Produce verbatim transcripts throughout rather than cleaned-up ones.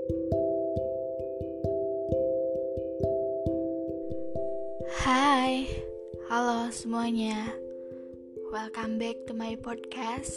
Hai, halo semuanya. Welcome back to my podcast.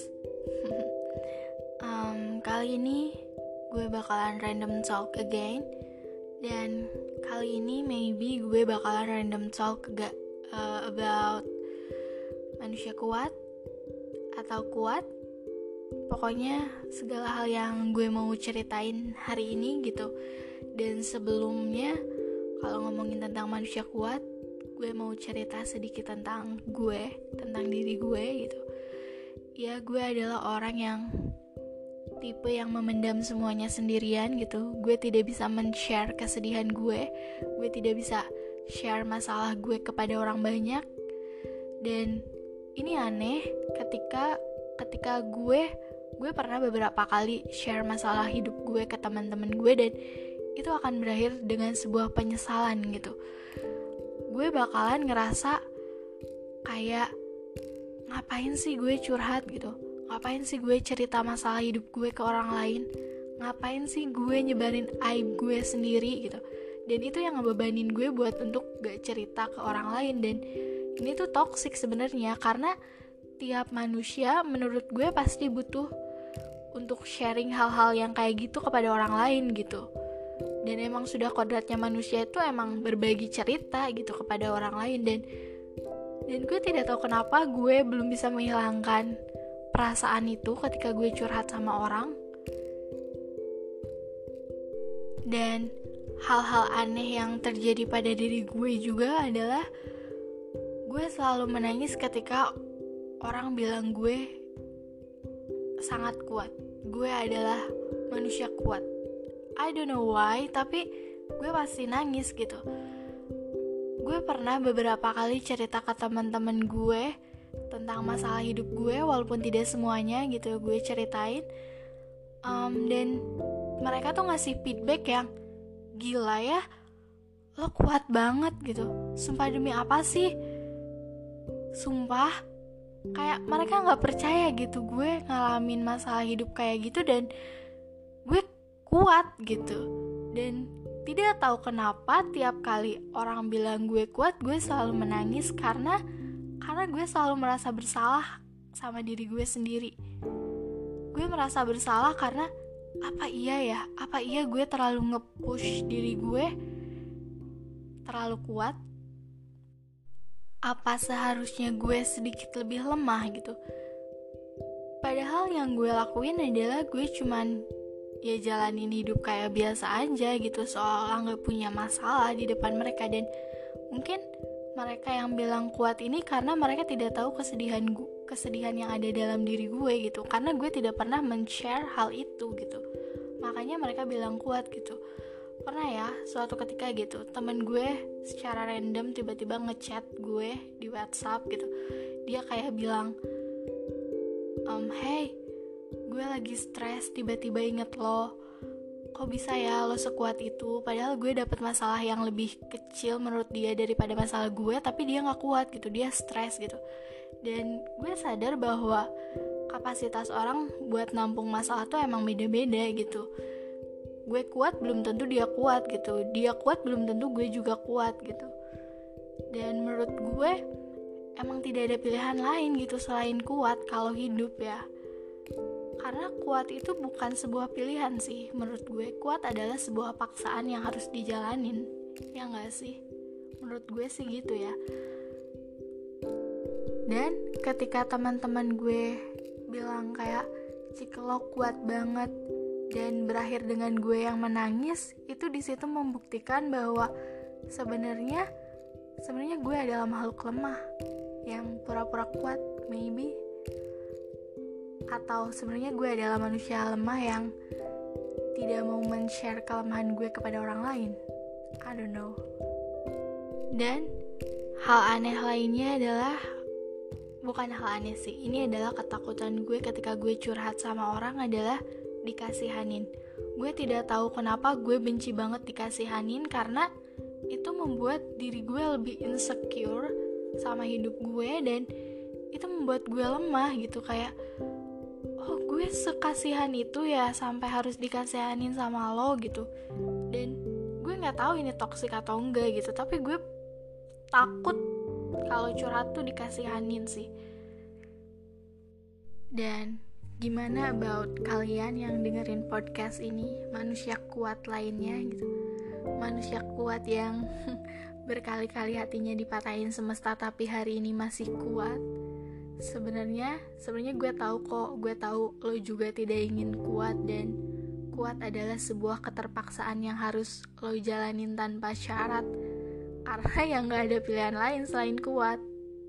um, Kali ini gue bakalan random talk again. Dan kali ini maybe gue bakalan random talk gak, uh, about manusia kuat atau kuat. Pokoknya segala hal yang gue mau ceritain hari ini gitu. Dan sebelumnya, kalau ngomongin tentang manusia kuat, gue mau cerita sedikit tentang gue, tentang diri gue gitu. Ya, gue adalah orang yang tipe yang memendam semuanya sendirian gitu. Gue tidak bisa men-share kesedihan gue. Gue tidak bisa share masalah gue kepada orang banyak. Dan ini aneh ketika ketika gue gue pernah beberapa kali share masalah hidup gue ke teman-teman gue, dan itu akan berakhir dengan sebuah penyesalan gitu. Gue bakalan ngerasa kayak, ngapain sih gue curhat gitu? Ngapain sih gue cerita masalah hidup gue ke orang lain? Ngapain sih gue nyebarin aib gue sendiri gitu? Dan itu yang ngebebanin gue buat untuk gak cerita ke orang lain. Dan ini tuh toxic sebenarnya, karena tiap manusia menurut gue pasti butuh untuk sharing hal-hal yang kayak gitu kepada orang lain gitu. Dan emang sudah kodratnya manusia itu emang berbagi cerita gitu kepada orang lain. Dan dan gue tidak tahu kenapa gue belum bisa menghilangkan perasaan itu ketika gue curhat sama orang. Dan hal-hal aneh yang terjadi pada diri gue juga adalah gue selalu menangis ketika orang bilang gue sangat kuat. Gue adalah manusia kuat. I don't know why, tapi gue pasti nangis gitu. Gue pernah beberapa kali cerita ke teman-teman gue tentang masalah hidup gue, walaupun tidak semuanya gitu gue ceritain. Um, dan mereka tuh ngasih feedback yang gila ya, lo kuat banget gitu. Sumpah demi apa sih? Sumpah, kayak mereka nggak percaya gitu gue ngalamin masalah hidup kayak gitu dan gue kuat gitu. Dan tidak tahu kenapa tiap kali orang bilang gue kuat, gue selalu menangis karena karena gue selalu merasa bersalah sama diri gue sendiri. Gue merasa bersalah karena apa iya ya, apa iya gue terlalu nge-push diri gue terlalu kuat? Apa seharusnya gue sedikit lebih lemah gitu? Padahal yang gue lakuin adalah gue cuman ya jalanin hidup kayak biasa aja gitu, seolah gak punya masalah di depan mereka. Dan mungkin mereka yang bilang kuat ini karena mereka tidak tahu kesedihan gue, kesedihan yang ada dalam diri gue gitu, karena gue tidak pernah men-share hal itu gitu, makanya mereka bilang kuat gitu. Pernah ya suatu ketika gitu, temen gue secara random tiba-tiba ngechat gue di WhatsApp gitu. Dia kayak bilang, um, hey, gue lagi stres, tiba-tiba inget lo. Kok bisa ya lo sekuat itu? Padahal gue dapet masalah yang lebih kecil menurut dia daripada masalah gue, tapi dia gak kuat gitu, dia stres gitu. Dan gue sadar bahwa kapasitas orang buat nampung masalah tuh emang beda-beda gitu. Gue kuat belum tentu dia kuat gitu, dia kuat belum tentu gue juga kuat gitu. Dan menurut gue emang tidak ada pilihan lain gitu selain kuat kalau hidup ya. Karena kuat itu bukan sebuah pilihan sih, menurut gue kuat adalah sebuah paksaan yang harus dijalanin. Ya gak sih? Menurut gue sih gitu ya. Dan ketika teman-teman gue bilang kayak, Cik lo kuat banget, dan berakhir dengan gue yang menangis, itu di situ membuktikan bahwa sebenarnya sebenarnya gue adalah makhluk lemah yang pura-pura kuat, maybe. Atau sebenarnya gue adalah manusia lemah yang tidak mau men-share kelemahan gue kepada orang lain. I don't know. Dan hal aneh lainnya adalah, bukan hal aneh sih, ini adalah ketakutan gue ketika gue curhat sama orang adalah dikasihanin. Gue tidak tahu kenapa gue benci banget dikasihanin, karena itu membuat diri gue lebih insecure sama hidup gue, dan itu membuat gue lemah gitu. Kayak, oh gue sekasihan itu ya sampai harus dikasihanin sama lo gitu. Dan gue nggak tahu ini toksik atau enggak gitu, tapi gue takut kalau curhat tuh dikasihanin sih. Dan gimana about kalian yang dengerin podcast ini, manusia kuat lainnya gitu, manusia kuat yang berkali-kali hatinya dipatahin semesta tapi hari ini masih kuat. Sebenarnya, sebenarnya gue tahu kok, gue tahu lo juga tidak ingin kuat, dan kuat adalah sebuah keterpaksaan yang harus lo jalanin tanpa syarat, karena yang gak ada pilihan lain selain kuat.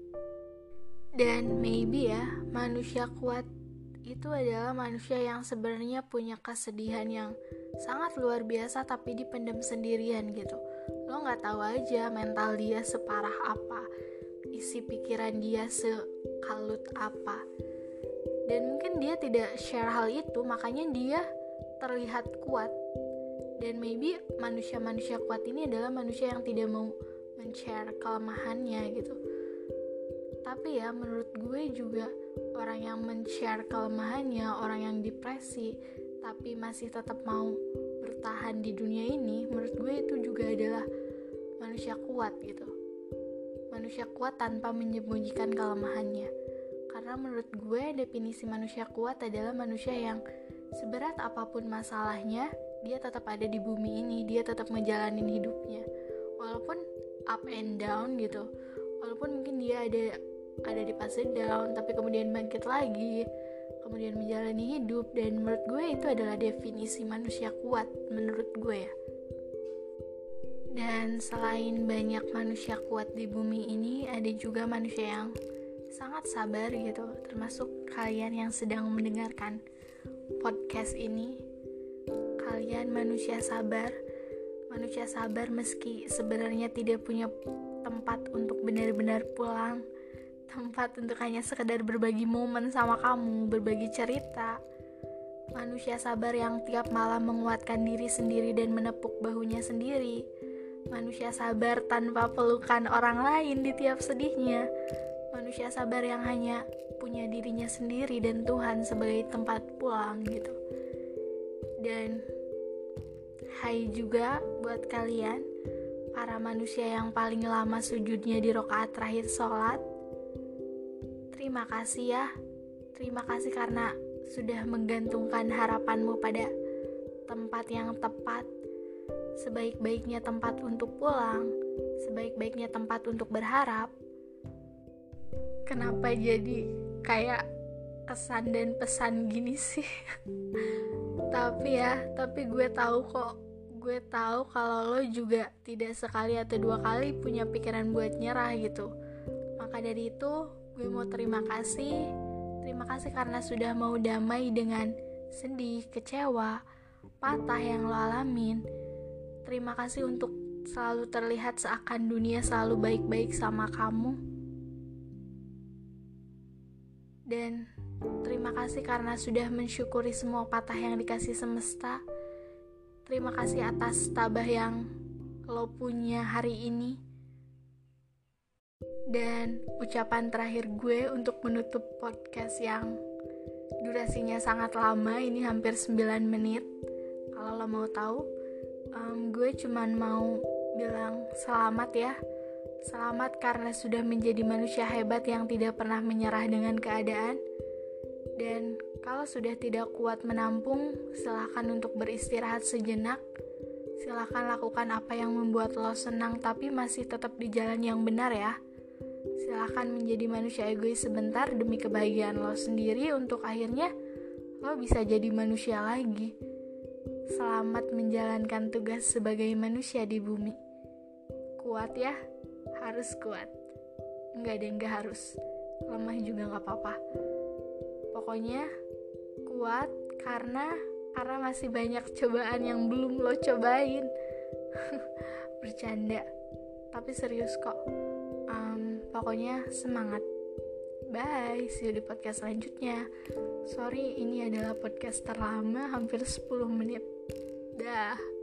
Dan maybe ya, manusia kuat itu adalah manusia yang sebenarnya punya kesedihan yang sangat luar biasa tapi dipendam sendirian gitu. Lo gak tahu aja mental dia separah apa, isi pikiran dia sekalut apa. Dan mungkin dia tidak share hal itu, makanya dia terlihat kuat. Dan maybe manusia-manusia kuat ini adalah manusia yang tidak mau men-share kelemahannya gitu. Tapi ya menurut gue juga orang yang men-share kelemahannya, orang yang depresi tapi masih tetap mau bertahan di dunia ini, menurut gue itu juga adalah manusia kuat gitu. Manusia kuat tanpa menyembunyikan kelemahannya. Karena menurut gue definisi manusia kuat adalah manusia yang seberat apapun masalahnya, dia tetap ada di bumi ini, dia tetap ngejalanin hidupnya. Walaupun up and down gitu. Walaupun mungkin dia ada ada di fase down, tapi kemudian bangkit lagi, kemudian menjalani hidup. Dan menurut gue itu adalah definisi manusia kuat menurut gue ya. Dan selain banyak manusia kuat di bumi ini, ada juga manusia yang sangat sabar gitu, termasuk kalian yang sedang mendengarkan podcast ini. Kalian manusia sabar, manusia sabar meski sebenarnya tidak punya tempat untuk benar-benar pulang, tempat untuk hanya sekedar berbagi momen sama kamu, berbagi cerita. Manusia sabar yang tiap malam menguatkan diri sendiri dan menepuk bahunya sendiri. Manusia sabar tanpa pelukan orang lain di tiap sedihnya. Manusia sabar yang hanya punya dirinya sendiri dan Tuhan sebagai tempat pulang gitu. Dan hai juga buat kalian, para manusia yang paling lama sujudnya di rakaat terakhir sholat. Terima kasih ya. Terima kasih karena sudah menggantungkan harapanmu pada tempat yang tepat. Sebaik-baiknya tempat untuk pulang, sebaik-baiknya tempat untuk berharap. Kenapa jadi kayak kesan dan pesan gini sih? Tapi ya, tapi gue tahu kok, gue tahu kalau lo juga tidak sekali atau dua kali punya pikiran buat nyerah gitu. Maka dari itu, gue mau terima kasih, terima kasih karena sudah mau damai dengan sedih, kecewa, patah yang lo alamin. Terima kasih untuk selalu terlihat seakan dunia selalu baik-baik sama kamu. Dan terima kasih karena sudah mensyukuri semua patah yang dikasih semesta. Terima kasih atas tabah yang lo punya hari ini. Dan ucapan terakhir gue untuk menutup podcast yang durasinya sangat lama, ini hampir sembilan menit. Kalau lo mau tahu, Um, gue cuman mau bilang selamat ya. Selamat karena sudah menjadi manusia hebat yang tidak pernah menyerah dengan keadaan. Dan kalau sudah tidak kuat menampung, silakan untuk beristirahat sejenak. Silakan lakukan apa yang membuat lo senang tapi masih tetap di jalan yang benar ya. Silakan menjadi manusia egois sebentar demi kebahagiaan lo sendiri untuk akhirnya lo bisa jadi manusia lagi. Selamat menjalankan tugas sebagai manusia di bumi. Kuat ya, harus kuat. Enggak deh, enggak harus. Lemah juga enggak apa-apa. Pokoknya kuat karena karena masih banyak cobaan yang belum lo cobain. Bercanda, tapi serius kok. Um, pokoknya semangat. Bye, see you di podcast selanjutnya. Sorry, ini adalah podcast terlama, hampir sepuluh menit. Dah.